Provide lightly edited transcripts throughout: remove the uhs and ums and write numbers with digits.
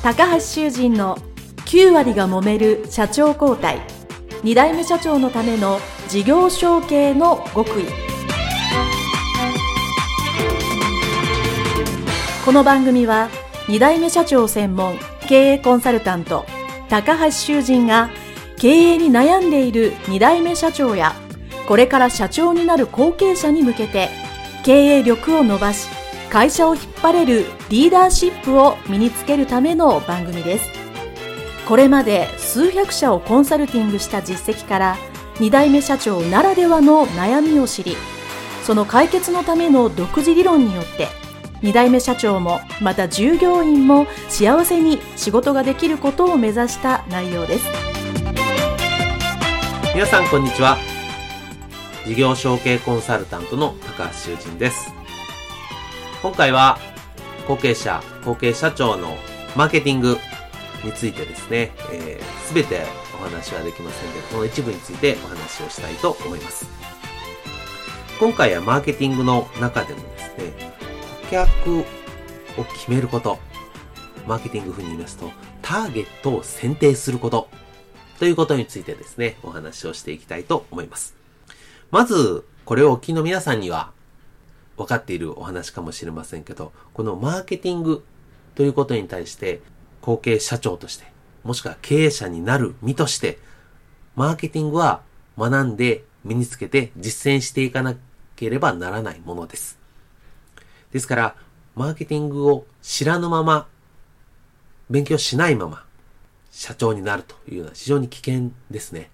高橋修人の9割が揉める社長交代、2代目社長のための事業承継の極意。この番組は2代目社長専門経営コンサルタント高橋修人が経営に悩んでいる2代目社長やこれから社長になる後継者に向けて経営力を伸ばし会社を引っ張れるリーダーシップを身につけるための番組です。これまで数百社をコンサルティングした実績から2代目社長ならではの悩みを知り、その解決のための独自理論によって2代目社長もまた従業員も幸せに仕事ができることを目指した内容です。 皆さんこんにちは。事業承継コンサルタントの高橋修人です。今回は後継者、後継社長のマーケティングについてですね、すべてお話はできませんので、この一部についてお話をしたいと思います。今回はマーケティングの中でもですね、顧客を決めること、マーケティング風に言いますと、ターゲットを選定することということについてですね、お話をしていきたいと思います。まず、これをお聞きの皆さんには分かっているお話かもしれませんけど、このマーケティングということに対して後継社長として、もしくは経営者になる身として、マーケティングは学んで身につけて実践していかなければならないものです。ですから、マーケティングを知らぬまま、勉強しないまま、社長になるというのは非常に危険ですね。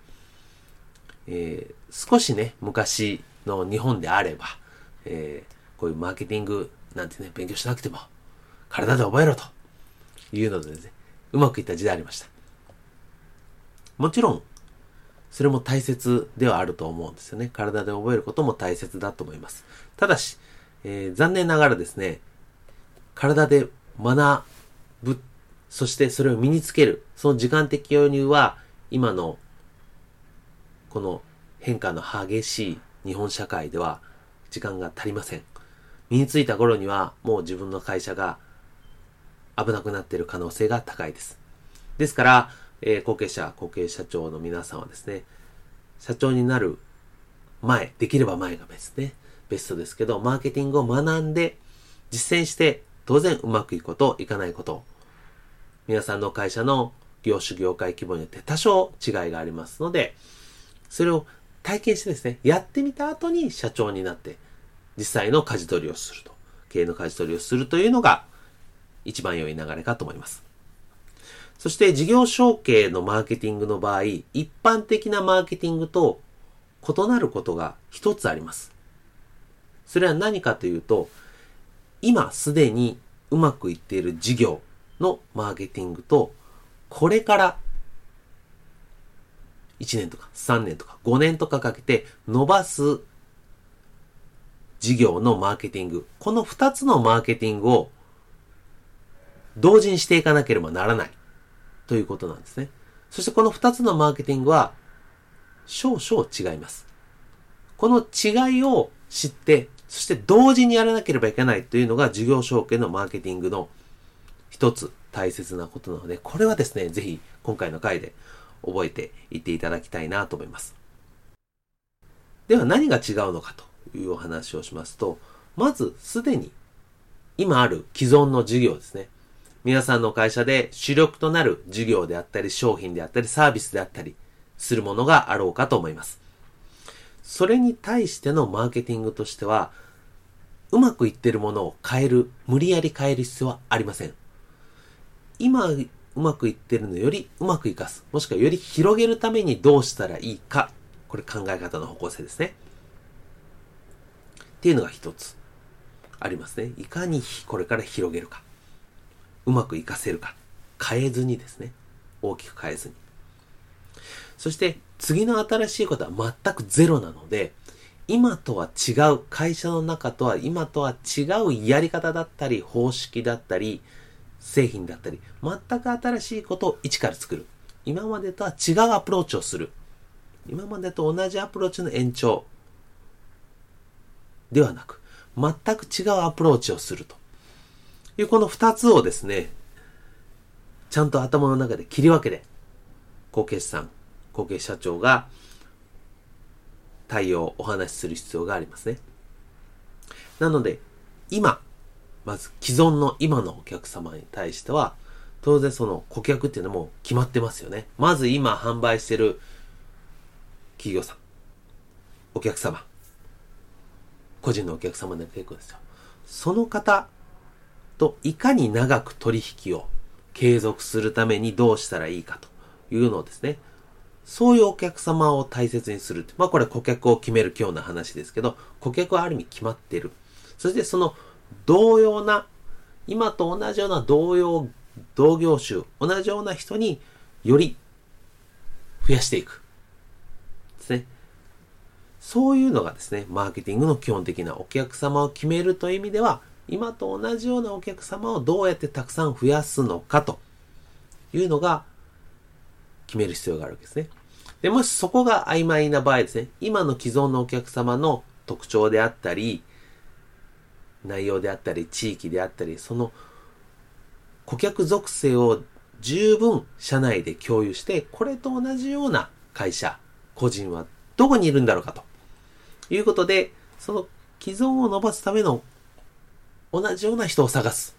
少しね、昔の日本であれば、こういうマーケティングなんてね、勉強しなくても、体で覚えろというのでね、うまくいった時代ありました。もちろん、それも大切ではあると思うんですよね。体で覚えることも大切だと思います。ただし、残念ながらですね、体で学ぶ、そしてそれを身につける、その時間的余裕は、今のこの変化の激しい日本社会では時間が足りません。身についた頃にはもう自分の会社が危なくなっている可能性が高いです。ですから、後継者、後継社長の皆さんはですね、社長になる前、できれば前がベストですけど、マーケティングを学んで実践して、当然うまくいくこと、いかないこと、皆さんの会社の業種業界規模によって多少違いがありますので、それを体験してですね、やってみた後に社長になって、実際の舵取りをすると、経営の舵取りをするというのが一番良い流れかと思います。そして事業承継のマーケティングの場合、一般的なマーケティングと異なることが一つあります。それは何かというと、今すでにうまくいっている事業のマーケティングと、これから1年とか3年とか5年とかかけて伸ばす事業のマーケティング、この2つのマーケティングを同時にしていかなければならないということなんですね。そしてこの2つのマーケティングは少々違います。この違いを知って、そして同時にやらなければいけないというのが事業承継のマーケティングの一つ大切なことなので、これはですね、ぜひ今回の回で覚えていっていただきたいなと思います。では何が違うのかというお話をしますと、まずすでに今ある既存の事業ですね。皆さんの会社で主力となる事業であったり商品であったりサービスであったりするものがあろうかと思います。それに対してのマーケティングとしては、うまくいっているものを変える、無理やり変える必要はありません。今うまくいっているのよりうまくいかす、もしくはより広げるためにどうしたらいいか、これ考え方の方向性ですね。っていうのが一つありますね。いかにこれから広げるか、うまくいかせるか、変えずにですね、大きく変えずに。そして次の新しいことは全くゼロなので、今とは違う、会社の中とは今とは違うやり方だったり方式だったり製品だったり、全く新しいことを一から作る。今までとは違うアプローチをする。今までと同じアプローチの延長ではなく、全く違うアプローチをするという、この二つをですね、 ちゃんと頭の中で切り分けて、後継者さん、後継社長が対応、お話しする必要がありますね。なので、まず既存の今のお客様に対しては、当然その顧客っていうのも決まってますよね。まず今販売してる企業さん、お客様、個人のお客様で結構ですよ。その方といかに長く取引を継続するためにどうしたらいいかというのをですね、そういうお客様を大切にする。これ顧客を決める今日の話ですけど、顧客はある意味決まっている。そしてその同様な、今と同じような同業種、同じような人により増やしていく。ですね。そういうのがですね、マーケティングの基本的なお客様を決めるという意味では、今と同じようなお客様をどうやってたくさん増やすのかというのが決める必要があるわけですね。で、もしそこが曖昧な場合ですね、今の既存のお客様の特徴であったり、内容であったり、地域であったり、その顧客属性を十分社内で共有して、これと同じような会社、個人はどこにいるんだろうかということで、その既存を伸ばすための同じような人を探す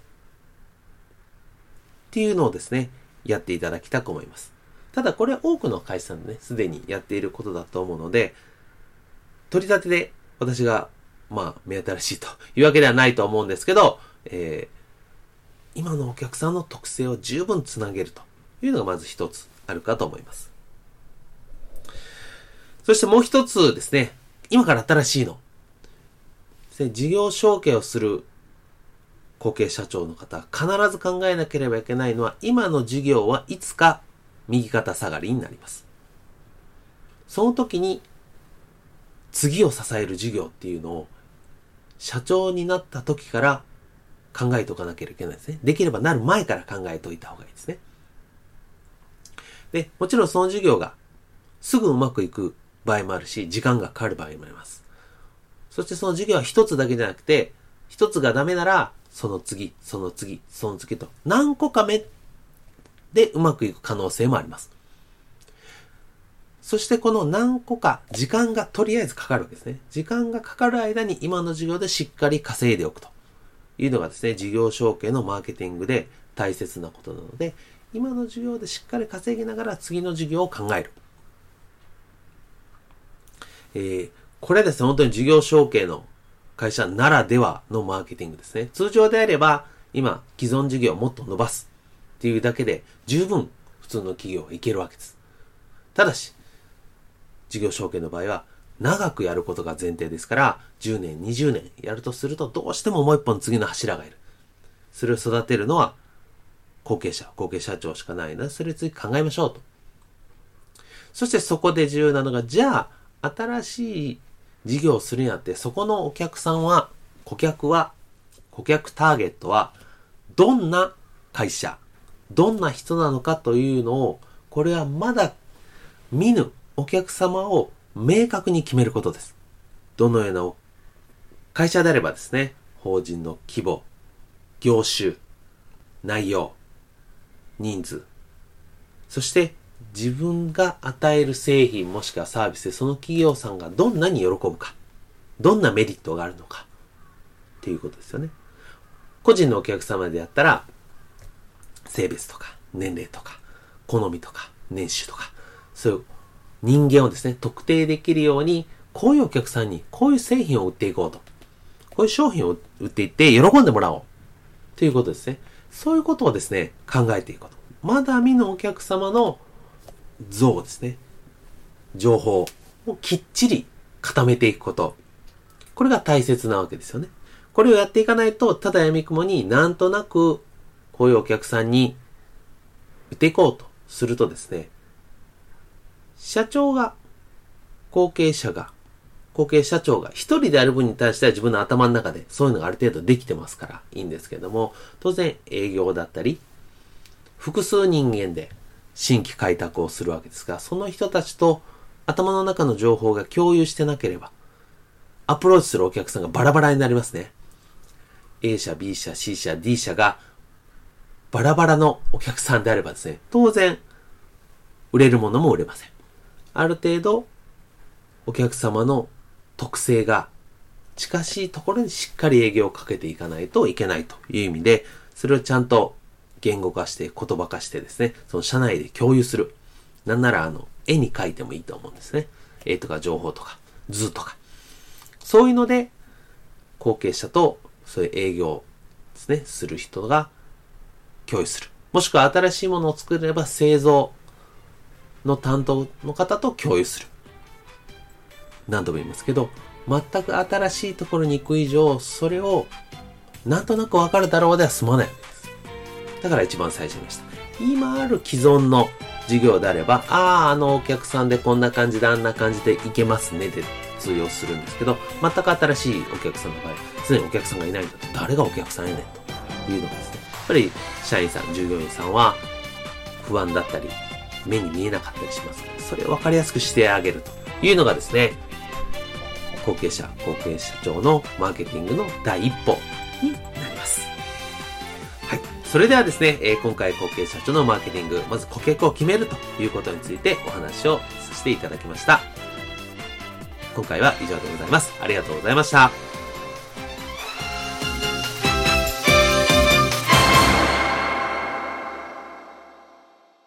っていうのをですね、やっていただきたく思います。ただこれは多くの会社さんでね、すでにやっていることだと思うので、取り立てで私が目新しいというわけではないと思うんですけど、今のお客さんの特性を十分つなげるというのがまず一つあるかと思います。そしてもう一つですね、今から新しいの。事業承継をする後継社長の方は必ず考えなければいけないのは、今の事業はいつか右肩下がりになります。その時に次を支える事業っていうのを社長になった時から考えておかなければいけないですね。できればなる前から考えておいた方がいいですね。で、もちろんその事業がすぐうまくいく場合もあるし、時間がかかる場合もあります。そしてその事業は一つだけじゃなくて、一つがダメなら、その次、その次、その次と何個か目でうまくいく可能性もあります。そしてこの何個か時間がとりあえずかかるわけですね。時間がかかる間に今の事業でしっかり稼いでおくというのがですね、事業承継のマーケティングで大切なことなので、今の事業でしっかり稼ぎながら次の事業を考える。これはですね、本当に事業承継の会社ならではのマーケティングですね。通常であれば、今、既存事業をもっと伸ばすっていうだけで十分普通の企業はいけるわけです。ただし、事業承継の場合は長くやることが前提ですから、10年、20年やるとするとどうしてももう一本次の柱がいる。それを育てるのは後継社長しかないので、それについて考えましょうと。そしてそこで重要なのが、じゃあ、新しい事業をするにあって、そこのお客さんは、顧客ターゲットは、どんな会社、どんな人なのかというのを、これはまだ見ぬお客様を明確に決めることです。どのような会社であればですね、法人の規模、業種、内容、人数、そして自分が与える製品もしくはサービスでその企業さんがどんなに喜ぶか、どんなメリットがあるのかっていうことですよね。個人のお客様であったら、性別とか年齢とか好みとか年収とか、そういう人間をですね、特定できるように、こういうお客さんにこういう製品を売っていこうと。こういう商品を売っていって喜んでもらおう。ということですね。そういうことをですね、考えていくこと。まだ見ぬお客様の像ですね。情報をきっちり固めていくこと。これが大切なわけですよね。これをやっていかないと、ただ闇雲になんとなくこういうお客さんに売っていこうとするとですね、社長が、後継社長が一人である分に対しては自分の頭の中でそういうのがある程度できてますからいいんですけども、当然営業だったり、複数人間で新規開拓をするわけですが、その人たちと頭の中の情報が共有してなければ、アプローチするお客さんがバラバラになりますね。A 社、B 社、C 社、D 社がバラバラのお客さんであればですね、当然、売れるものも売れません。ある程度、お客様の特性が近しいところにしっかり営業をかけていかないといけないという意味で、それをちゃんと言語化して言葉化してですね、その社内で共有する。なんなら絵に描いてもいいと思うんですね。絵とか情報とか図とか。そういうので、後継者とそういう営業ですね、する人が共有する。もしくは新しいものを作れば製造の担当の方と共有する。何度も言いますけど、全く新しいところに行く以上、それをなんとなくわかるだろうでは済まないわけです。だから一番最初にした。今ある既存の事業であれば、お客さんでこんな感じであんな感じでいけますねで通用するんですけど、全く新しいお客さんの場合、すでにお客さんがいないんだと、誰がお客さんやねんというのがですね、やっぱり社員さん、従業員さんは不安だったり、目に見えなかったりしますので、それを分かりやすくしてあげるというのがですね、後継者長のマーケティングの第一歩になります。はい。それではですね、今回後継社長のマーケティング、まず顧客を決めるということについてお話をさせていただきました。今回は以上でございます。ありがとうございました。